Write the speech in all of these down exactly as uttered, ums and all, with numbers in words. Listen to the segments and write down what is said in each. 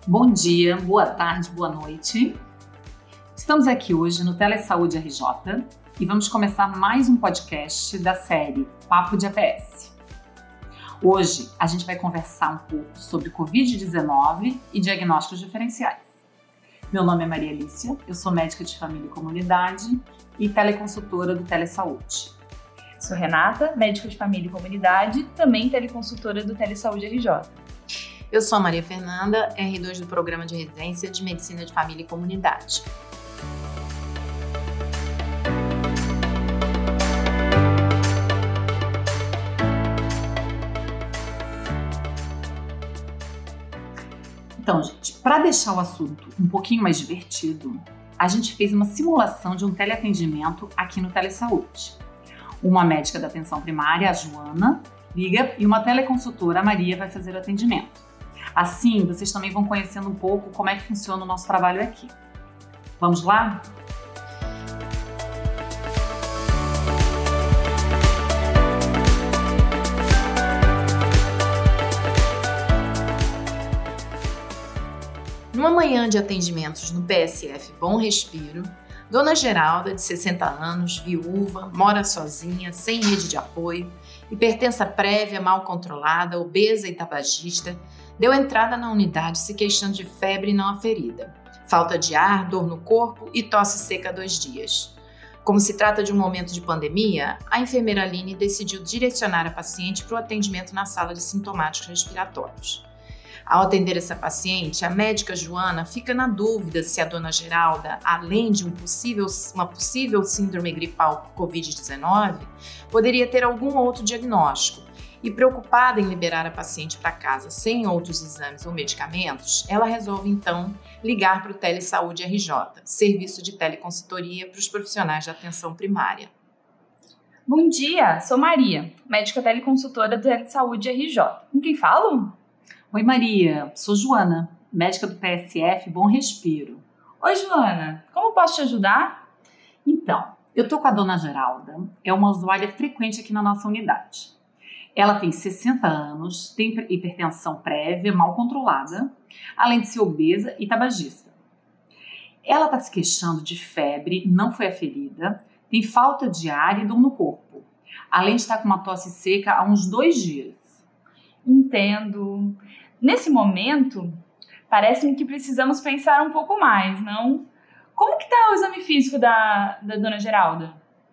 Bom dia, boa tarde, boa noite. Estamos aqui hoje no Telesaúde R J e vamos começar mais um podcast da série Papo de A P S. Hoje a gente vai conversar um pouco sobre covid dezenove e diagnósticos diferenciais. Meu nome é Maria Alicia, eu sou médica de família e comunidade e teleconsultora do Telesaúde. Sou Renata, médica de família e comunidade, também teleconsultora do Telesaúde R J. Eu sou a Maria Fernanda, R dois do Programa de Residência de Medicina de Família e Comunidade. Então, gente, para deixar o assunto um pouquinho mais divertido, a gente fez uma simulação de um teleatendimento aqui no Telesaúde. Uma médica da atenção primária, a Joana, liga e uma teleconsultora, a Maria, vai fazer o atendimento. Assim, vocês também vão conhecendo um pouco como é que funciona o nosso trabalho aqui. Vamos lá? Numa manhã de atendimentos no P S F Bom Respiro, Dona Geralda, de sessenta anos, viúva, mora sozinha, sem rede de apoio, hipertensa prévia, mal controlada, obesa e tabagista, deu entrada na unidade se queixando de febre não aferida, falta de ar, dor no corpo e tosse seca há dois dias. Como se trata de um momento de pandemia, a enfermeira Aline decidiu direcionar a paciente para o atendimento na sala de sintomáticos respiratórios. Ao atender essa paciente, a médica Joana fica na dúvida se a Dona Geralda, além de um possível, uma possível síndrome gripal por covid dezenove, poderia ter algum outro diagnóstico. E preocupada em liberar a paciente para casa sem outros exames ou medicamentos, ela resolve então ligar para o Telesaúde R J, serviço de teleconsultoria para os profissionais de atenção primária. Bom dia, sou Maria, médica teleconsultora do Telesaúde R J. Com quem falo? Oi Maria, sou Joana, médica do P S F Bom Respiro. Oi Joana, como posso te ajudar? Então, eu tô com a Dona Geralda, é uma usuária frequente aqui na nossa unidade. Ela tem sessenta anos, tem hipertensão prévia, mal controlada, além de ser obesa e tabagista. Ela está se queixando de febre, não foi aferida, tem falta de ar e dor no corpo, além de estar com uma tosse seca há uns dois dias. Entendo. Nesse momento, parece-me que precisamos pensar um pouco mais, não? Como que está o exame físico da, da Dona Geralda?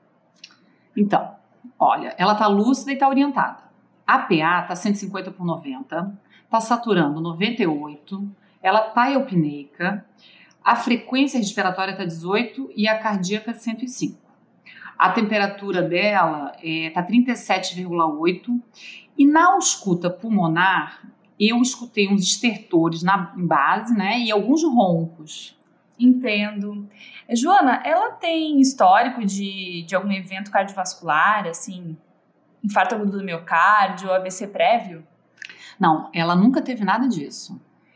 Então, olha, ela está lúcida e está orientada. A P A está cento e cinquenta por noventa, está saturando noventa e oito, ela está eupneica, a frequência respiratória está dezoito e a cardíaca cento e cinco. A temperatura dela está é, trinta e sete vírgula oito e na ausculta pulmonar eu escutei uns estertores na base, né, e alguns roncos. Entendo. Joana, ela tem histórico de, de algum evento cardiovascular, assim, infarto agudo do miocárdio ou A V C prévio? Não, ela nunca teve nada disso.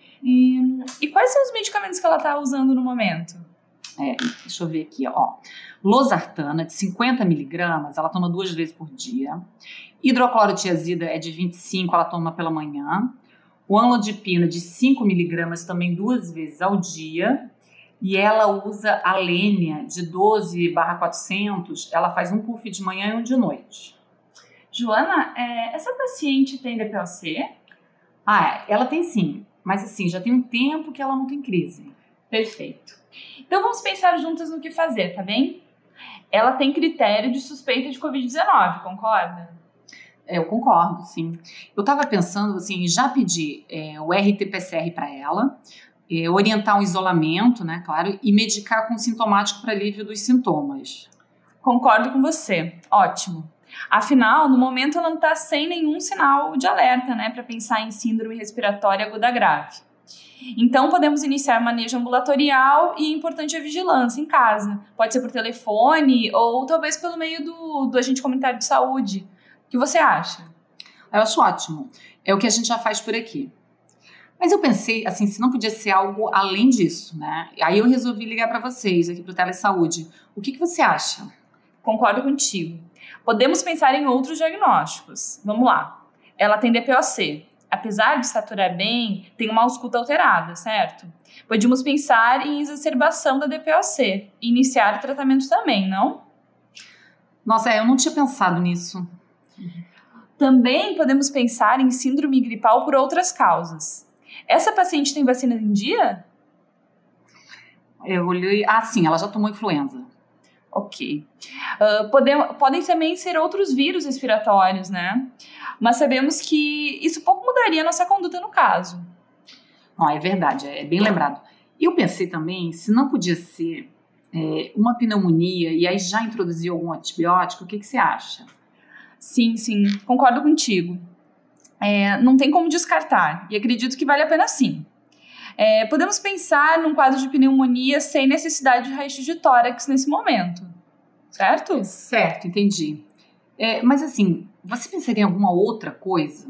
E, e quais são os medicamentos que ela está usando no momento? É, deixa eu ver aqui, ó. Losartana, de cinquenta miligramas, ela toma duas vezes por dia. Hidroclorotiazida é de vinte e cinco, ela toma pela manhã. O amlodipina, de cinco miligramas, também duas vezes ao dia. E ela usa a Lênia, de doze barra quatrocentos, ela faz um puff de manhã e um de noite. Joana, é, essa paciente tem D P O C? Ah, ela tem sim, mas assim, já tem um tempo que ela não tem crise. Perfeito. Então vamos pensar juntas no que fazer, tá bem? Ela tem critério de suspeita de covid dezenove, concorda? É, eu concordo, sim. Eu tava pensando, assim, já pedir é, o R T P C R para ela, é, orientar um isolamento, né, claro, e medicar com sintomático para alívio dos sintomas. Concordo com você. Ótimo. Afinal, no momento ela não está sem nenhum sinal de alerta, né, para pensar em síndrome respiratória aguda grave. Então, podemos iniciar manejo ambulatorial e é importante a vigilância em casa. Pode ser por telefone ou talvez pelo meio do, do agente comunitário de saúde. O que você acha? Eu acho ótimo. É o que a gente já faz por aqui. Mas eu pensei, assim, se não podia ser algo além disso, né? Aí eu resolvi ligar para vocês aqui pro Telesaúde. O que, que você acha? Concordo contigo. Podemos pensar em outros diagnósticos. Vamos lá. Ela tem D P O C. apesar de saturar bem, tem uma ausculta alterada, certo? Podíamos pensar em exacerbação da D P O C e iniciar o tratamento também, não? Nossa, é, eu não tinha pensado nisso. Também podemos pensar em síndrome gripal por outras causas. Essa paciente tem vacina em dia? Eu olhei... Ah, sim, ela já tomou influenza. Ok. Uh, podem, podem também ser outros vírus respiratórios, né? Mas sabemos que isso pouco mudaria a nossa conduta no caso. Não, é verdade, é bem lembrado. Eu pensei também, se não podia ser é, uma pneumonia e aí já introduziu algum antibiótico, o que, que você acha? Sim, sim, concordo contigo. É, não tem como descartar e acredito que vale a pena sim. É, podemos pensar num quadro de pneumonia sem necessidade de raio-x de tórax nesse momento, certo? Certo, entendi. É, mas assim, você pensaria em alguma outra coisa?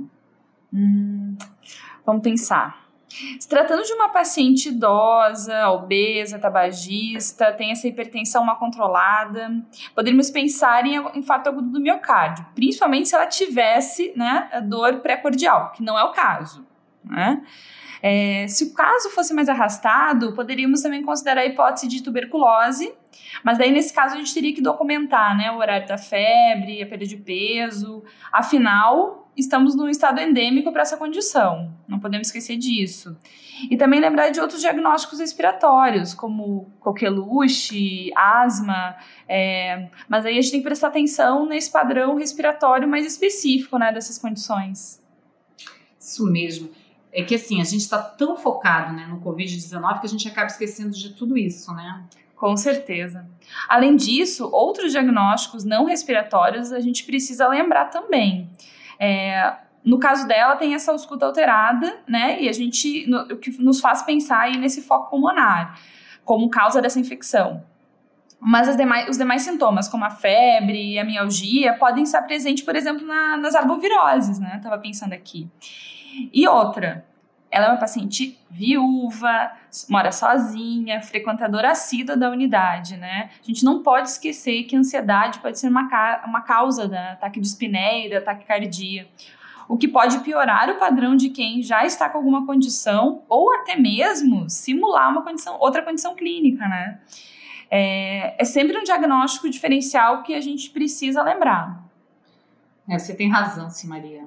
Hum, vamos pensar. Se tratando de uma paciente idosa, obesa, tabagista, tem essa hipertensão mal controlada, poderíamos pensar em infarto agudo do miocárdio, principalmente se ela tivesse, né, a dor pré-cordial, que não é o caso, né? É, se o caso fosse mais arrastado, poderíamos também considerar a hipótese de tuberculose, mas daí nesse caso a gente teria que documentar, né, o horário da febre, a perda de peso, afinal estamos num estado endêmico para essa condição, não podemos esquecer disso. E também lembrar de outros diagnósticos respiratórios, como coqueluche, asma, é, mas aí a gente tem que prestar atenção nesse padrão respiratório mais específico, né, dessas condições. Isso mesmo. É que assim, a gente está tão focado, né, no covid dezenove que a gente acaba esquecendo de tudo isso, né? Com certeza. Além disso, outros diagnósticos não respiratórios a gente precisa lembrar também. É, no caso dela, tem essa ausculta alterada, né? E a gente, no, o que nos faz pensar aí nesse foco pulmonar, como causa dessa infecção. Mas as demais, os demais sintomas, como a febre e a mialgia, podem estar presentes, por exemplo, na, nas arboviroses, né? Estava pensando aqui. E outra, ela é uma paciente viúva, mora sozinha, frequentadora assídua da unidade, né? A gente não pode esquecer que a ansiedade pode ser uma, ca- uma causa da ataque de espineia e da taquicardia, o que pode piorar o padrão de quem já está com alguma condição ou até mesmo simular uma condição, outra condição clínica, né? É, é sempre um diagnóstico diferencial que a gente precisa lembrar. É, você tem razão, sim, Maria.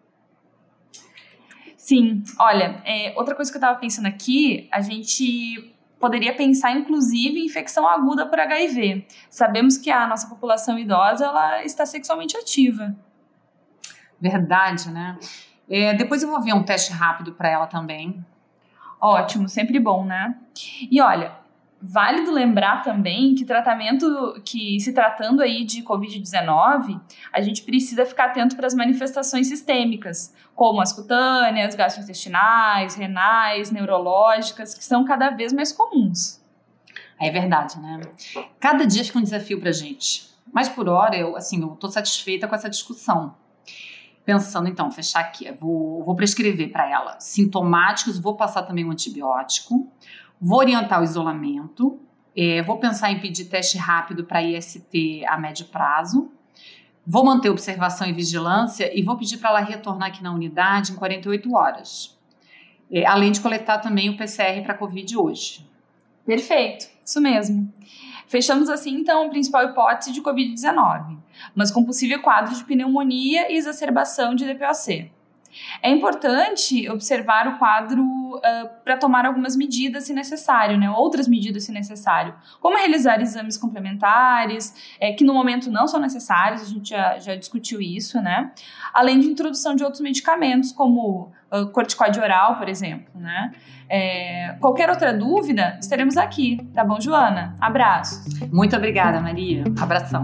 Sim, olha, é, outra coisa que eu estava pensando aqui, a gente poderia pensar inclusive em infecção aguda por H I V. Sabemos que a nossa população idosa ela está sexualmente ativa. Verdade, né? É, depois eu vou ver um teste rápido para ela também. Ótimo, sempre bom, né? E olha, válido lembrar também que tratamento, que se tratando aí de covid dezenove, a gente precisa ficar atento para as manifestações sistêmicas, como as cutâneas, gastrointestinais, renais, neurológicas, que são cada vez mais comuns. É verdade, né? Cada dia fica um desafio pra gente. Mas por hora, eu, assim, eu tô satisfeita com essa discussão. Pensando, então, fechar aqui, eu vou, vou prescrever para ela sintomáticos, vou passar também um antibiótico, vou orientar o isolamento, é, vou pensar em pedir teste rápido para I S T a médio prazo, vou manter observação e vigilância e vou pedir para ela retornar aqui na unidade em quarenta e oito horas. É, além de coletar também o P C R para Covid hoje. Perfeito, isso mesmo. Fechamos assim, então, a principal hipótese de covid dezenove, mas com possível quadro de pneumonia e exacerbação de D P O C. É importante observar o quadro uh, para tomar algumas medidas se necessário, né? Outras medidas se necessário, como realizar exames complementares, é, que no momento não são necessários, a gente já, já discutiu isso, né? Além de introdução de outros medicamentos, como uh, corticoide oral, por exemplo, né? É, qualquer outra dúvida, estaremos aqui, tá bom, Joana? Abraços. Muito obrigada, Maria. Abração.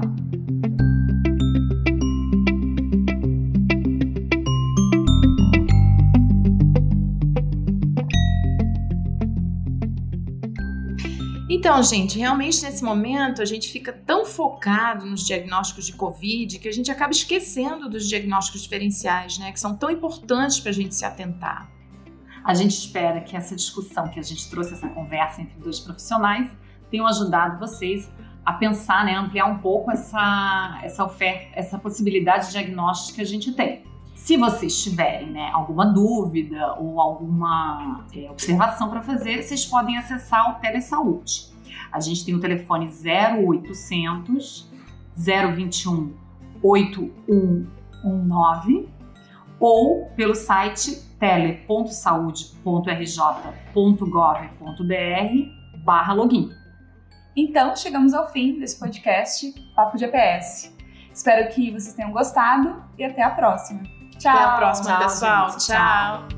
Então, gente, realmente nesse momento a gente fica tão focado nos diagnósticos de Covid que a gente acaba esquecendo dos diagnósticos diferenciais, né? Que são tão importantes para a gente se atentar. A gente espera que essa discussão que a gente trouxe, essa conversa entre dois profissionais, tenham ajudado vocês a pensar, né, ampliar um pouco essa, essa oferta, essa possibilidade de diagnósticos que a gente tem. Se vocês tiverem, né, alguma dúvida ou alguma é, observação para fazer, vocês podem acessar o Telesaúde. A gente tem o telefone zero oitocentos, zero vinte e um, oito um um nove ou pelo site tele ponto saude ponto r j ponto gov ponto b r barra login. Então, chegamos ao fim desse podcast Papo de E P S. Espero que vocês tenham gostado e até a próxima. Tchau! Até a próxima, tchau, pessoal. gente, Tchau! tchau.